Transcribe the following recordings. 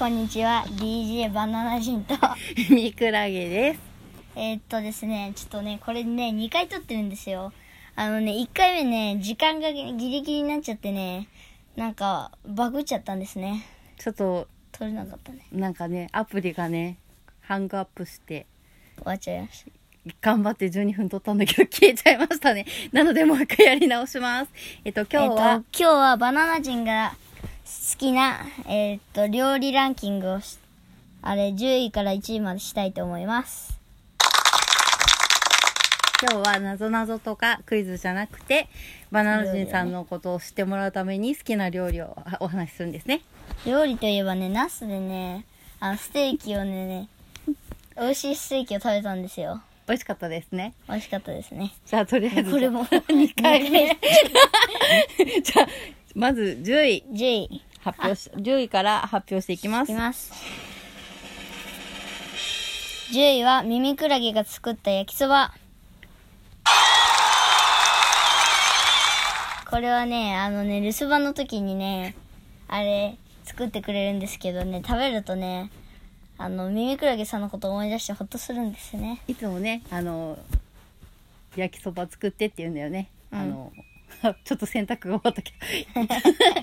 こんにちは、DJ バナナ人とミクラゲです。 ですね、ちょっとね、これね、2回撮ってるんですよ。1回目ね、時間がギリギリになっちゃってね、なんか、バグっちゃったんですね。 ちょっと、 撮れなかったね。 なんかね、アプリがね、ハングアップして、 終わっちゃいました。 頑張って12分撮ったんだけど消えちゃいましたね。なのでもう一回やり直します。今日はバナナ人が好きな、料理ランキングを10位から1位までしたいと思います。 今日はなぞなぞとかクイズじゃなくて、バナナ人さんのことを知ってもらうために好きな料理をお話しするんですね。 料理といえばね、ナスでね、ステーキをね、美味しいステーキを食べたんですよ。 美味しかったですね。 美味しかったですね。 じゃあとりあえずこれも 2回目じゃあまず10位10位から発表していきます。 10位はミミクラゲが作った焼きそば。これはね、留守番の時にね、作ってくれるんですけどね、食べるとね、ミミクラゲさんのことを思い出してほっとするんですね。 いつもね、焼きそば作ってって言うんだよね。ちょっと洗濯が終わったけど。いつも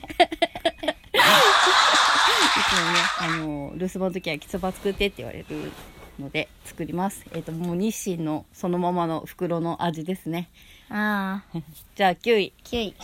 ね、留守番の時は焼きそば作ってって言われるので作ります。もう日清のそのままの袋の味ですね。 ああ。 じゃあ9位。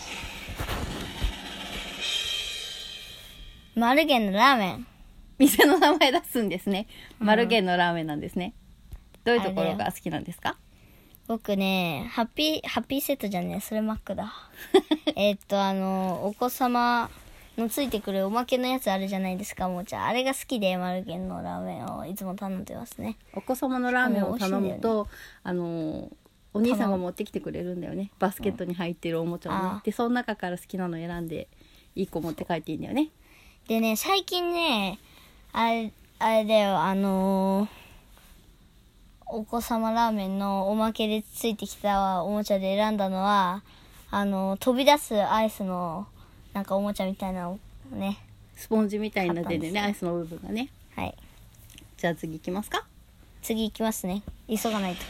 マルゲンのラーメン。 店の名前出すんですね。マルゲンのラーメンなんですね。どういうところが好きなんですか？ 僕ね、ハッピーセットじゃねえ、それマックだ。お子様のついてくるおまけのやつあるじゃないですか、おもちゃ。あれが好きで、マルゲンのラーメンをいつも頼んでますね。 お子様のラーメンを頼むと、お兄さんが持ってきてくれるんだよね。バスケットに入ってるおもちゃをね。で、その中から好きなの選んで、いい子持って帰っていいんだよね。 でね、最近ね、あれだよ、お子様ラーメンのおまけでついてきたおもちゃで選んだのは、飛び出すアイスの、なんかおもちゃみたいなのね。 スポンジみたいになってんだよね、アイスの部分がね。 はい。 じゃあ次行きますか？ 次行きますね。急がないと。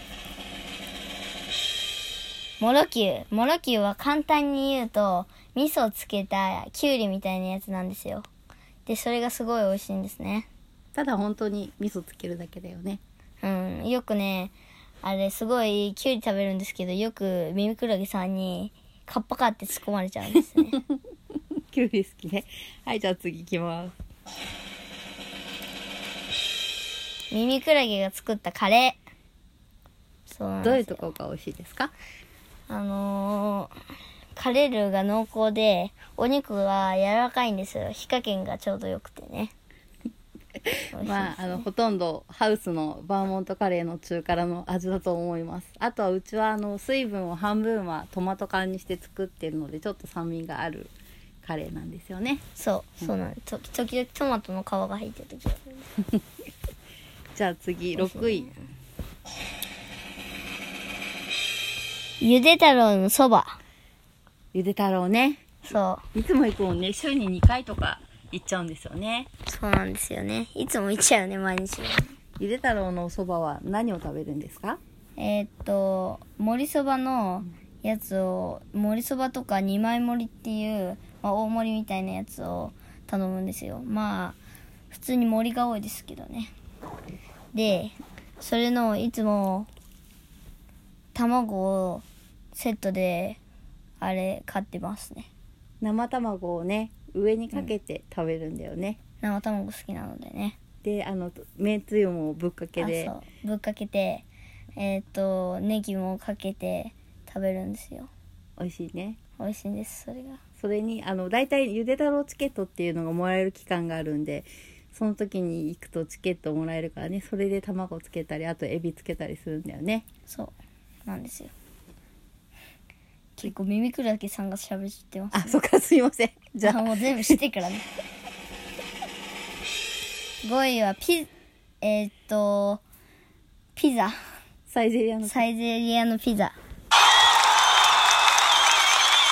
モロキューは簡単に言うと、味噌をつけたキュウリみたいなやつなんですよ。で、それがすごい美味しいんですね。 ただ本当に味噌つけるだけだよね。 よくね、すごいキュウリ食べるんですけど、よくミミクラゲさんにカッパカって突っ込まれちゃうんですね。 キュウリ好きね。はい、じゃあ次行きます。 ミミクラゲが作ったカレー。そうなんですよ。 どういうところが美味しいですか？ カレールーが濃厚で、お肉が柔らかいんですよ。火加減がちょうどよくてね。 まあ、ほとんどハウスのバーモントカレーの中辛の味だと思います。あとはうちは水分を半分はトマト缶にして作ってるのでちょっと酸味があるカレーなんですよね。 そうなんです。時々トマトの皮が入ってる時がある。 じゃあ次6位。 ゆで太郎のそば。 ゆで太郎ね。 そう。 いつも行くもんね。週に2回とか行っちゃうんですよね。 そうなんですよね。いつも行っちゃうね、毎日。 ゆで太郎のおそばは何を食べるんですか？ 盛りそばのやつを、盛りそばとか2枚盛りっていう、大盛りみたいなやつを頼むんですよ。普通に盛りが多いですけどね。で、それのいつも卵をセットで買ってますね。 生卵をね、上にかけて食べるんだよね。 生卵好きなのでね。 で、めんつゆもぶっかけで。 ぶっかけて、ネギもかけて食べるんですよ。 美味しいね。 美味しいんです、それが。 それに、だいたいゆで太郎チケットっていうのがもらえる期間があるんで、その時に行くとチケットもらえるからね、それで卵つけたり、あとエビつけたりするんだよね。 そうなんですよ。結構ミミクラゲさんが喋ってます、ね。 あ、そっか、すいません。じゃあもう全部知ってからね。5位はピザ。 サイゼリアのピザ。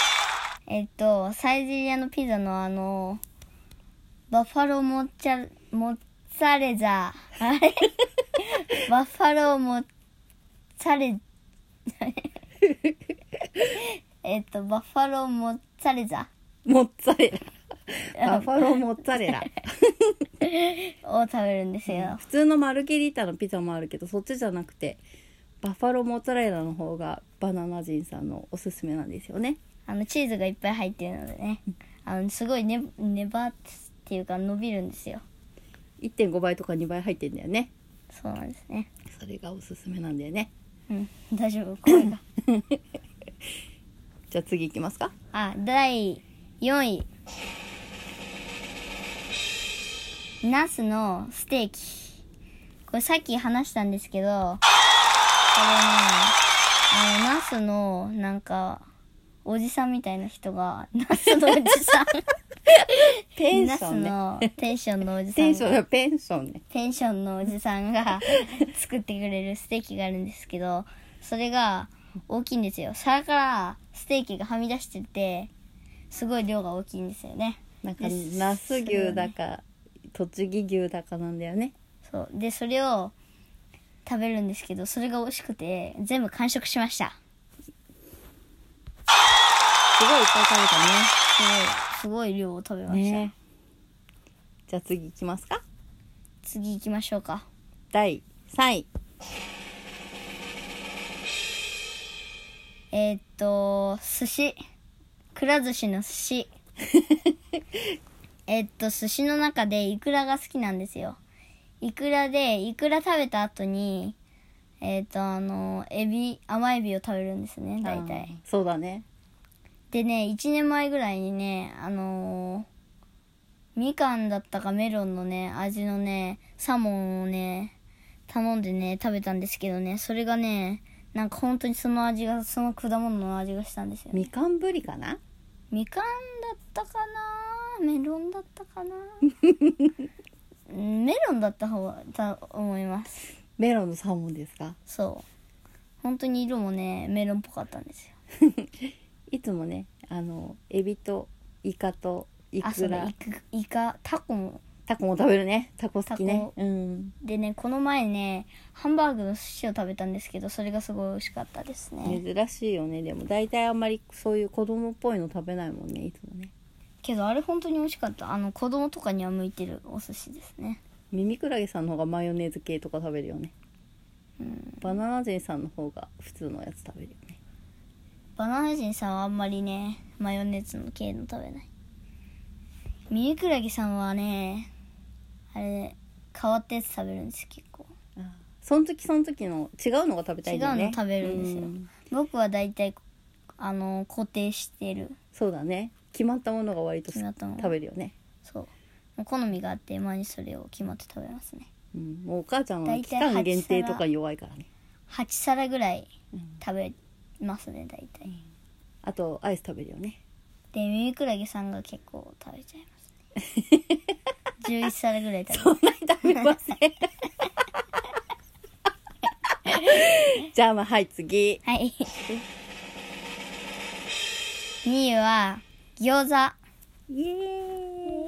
サイゼリアのピザのバッファローモッツモッツァレザあれバッファローモッツァレバッファローモッツァレザモッツァレラバッファローモッツァレラを食べるんですよ。 普通のマルゲリータのピザもあるけど、そっちじゃなくてバッファローモッツァレラの方がバナナ人さんのおすすめなんですよね。 チーズがいっぱい入ってるのでね、すごいねばっていうか伸びるんですよ。 1.5 倍とか2倍入ってんだよね。 そうなんですね。 それがおすすめなんだよね。 大丈夫、声がじゃあ次行きますか。 第4位、ナスのステーキ。これさっき話したんですけど、これね、ナスのなんかおじさんみたいな人が、ナスのおじさんペンションね。 ナスのペンションのおじさんがペンションね。 ペンションのおじさんが作ってくれるステーキがあるんですけど、それが大きいんですよ。皿からステーキがはみ出してて、すごい量が大きいんですよね。 なんか那須牛だか、栃木牛だかなんだよね。 そうで、それを食べるんですけど、それが美味しくて全部完食しました。 すごいいっぱい食べたね。 すごい量を食べました、 ね。じゃあ次行きますか。 次行きましょうか。 第3位。 寿司。くら寿司の寿司。寿司の中でイクラが好きなんですよ。イクラ食べた後に、甘エビを食べるんですね、大体。 そうだね。 でね、1年前ぐらいにね、みかんだったかメロンのね、味のね、サーモンをね、頼んでね、食べたんですけどね、それがね、なんか本当にその果物の味がしたんですよ、ね。 みかんぶりかな？ みかんだったかな？メロンだったかな？メロンだった方だと思います。 メロンのサーモンですか？ そう。本当に色もね、メロンっぽかったんですよ。 いつもね、エビとイカとイクラ、 イカ、タコも食べるね。タコ好きね。 でね、この前ね、ハンバーグの寿司を食べたんですけど、それがすごい美味しかったですね。 珍しいよね。でも大体あんまりそういう子供っぽいの食べないもんね、いつもね。 けどあれ本当に美味しかった。子供とかには向いてるお寿司ですね。 ミミクラゲさんの方がマヨネーズ系とか食べるよね。バナナ人さんの方が普通のやつ食べるよね。 バナナ人さんはあんまりね、マヨネーズの系の食べない。ミミクラゲさんはね、あれ変わったやつ食べるんです。結構その時の違うのが食べたいんだよね。 違うの食べるんですよ。僕はだいたい固定してる。 そうだね。決まったものが割と食べるよね。 そう。もう好みがあって毎日それを決まって食べますね。 もうお母ちゃんは期間限定とか弱いからね。 8皿ぐらい食べますね、大体。 あとアイス食べるよね。 でミミクラゲさんが結構食べちゃいますね。11皿ぐらい食べそんなに食べません。じゃあはい次。 はい。2位は餃子。 イエーイ。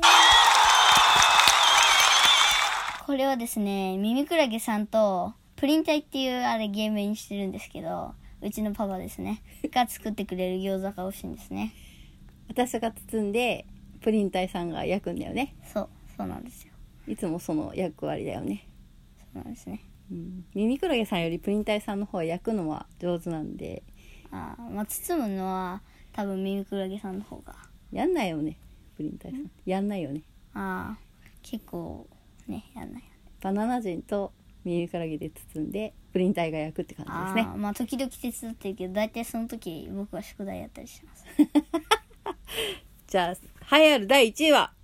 これはですね、ミミクラゲさんとプリン体っていうあれゲームにしてるんですけど、うちのパパですねが作ってくれる餃子が美味しいんですね。 私が包んでプリン体さんが焼くんだよね。 そうなんですよ。 いつもその役割だよね。 そうなんですね。 ミミクラゲさんよりプリン体さんの方は焼くのは上手なんで。 包むのは多分ミミクラゲさんの方がやんないよね。プリン体さんやんないよね。 結構ね、やんないよね。 バナナ人とミミクラゲで包んでプリン体が焼くって感じですね。 時々手伝ってるけど、大体その時僕は宿題やったりします。 じゃあ栄えある第1位は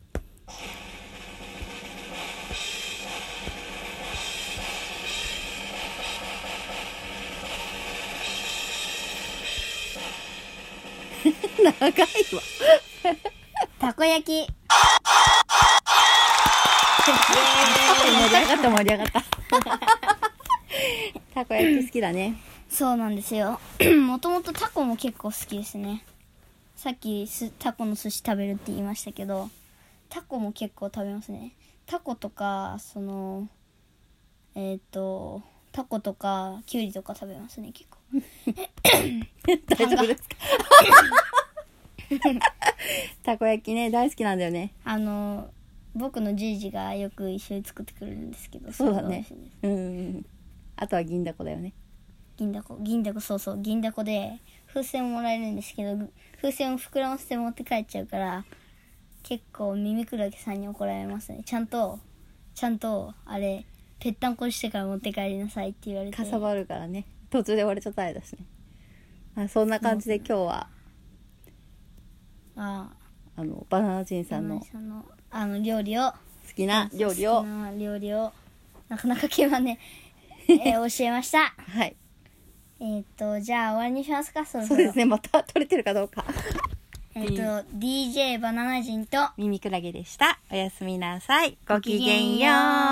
長いわ。 たこ焼き。 盛り上がったたこ焼き好きだね。 そうなんですよ。もともとタコも結構好きですね。さっきタコの寿司食べるって言いましたけど、タコも結構食べますね。 タコとかタコとかキュウリとか食べますね結構。 大丈夫ですか？たこ焼きね大好きなんだよね。 僕のじいじがよく一緒に作ってくれるんですけど、 そうだね。 それが美味しいです。 あとは銀だこだよね。 銀だこそうそう銀だこで風船をもらえるんですけど、風船を膨らませて持って帰っちゃうから結構耳くらげさんに怒られますね。ちゃんとあれぺったんこにしてから持って帰りなさいって言われて。 かさばるからね。途中で割れちゃったあれだしね。そんな感じで今日はバナナ人さんの料理を好きな料理をなかなか今ね、教えました。 はい。 じゃあ終わりにしますか。そうですね。また撮れてるかどうか。 DJ バナナ人と耳クラゲでした。おやすみなさい。ごきげんよう。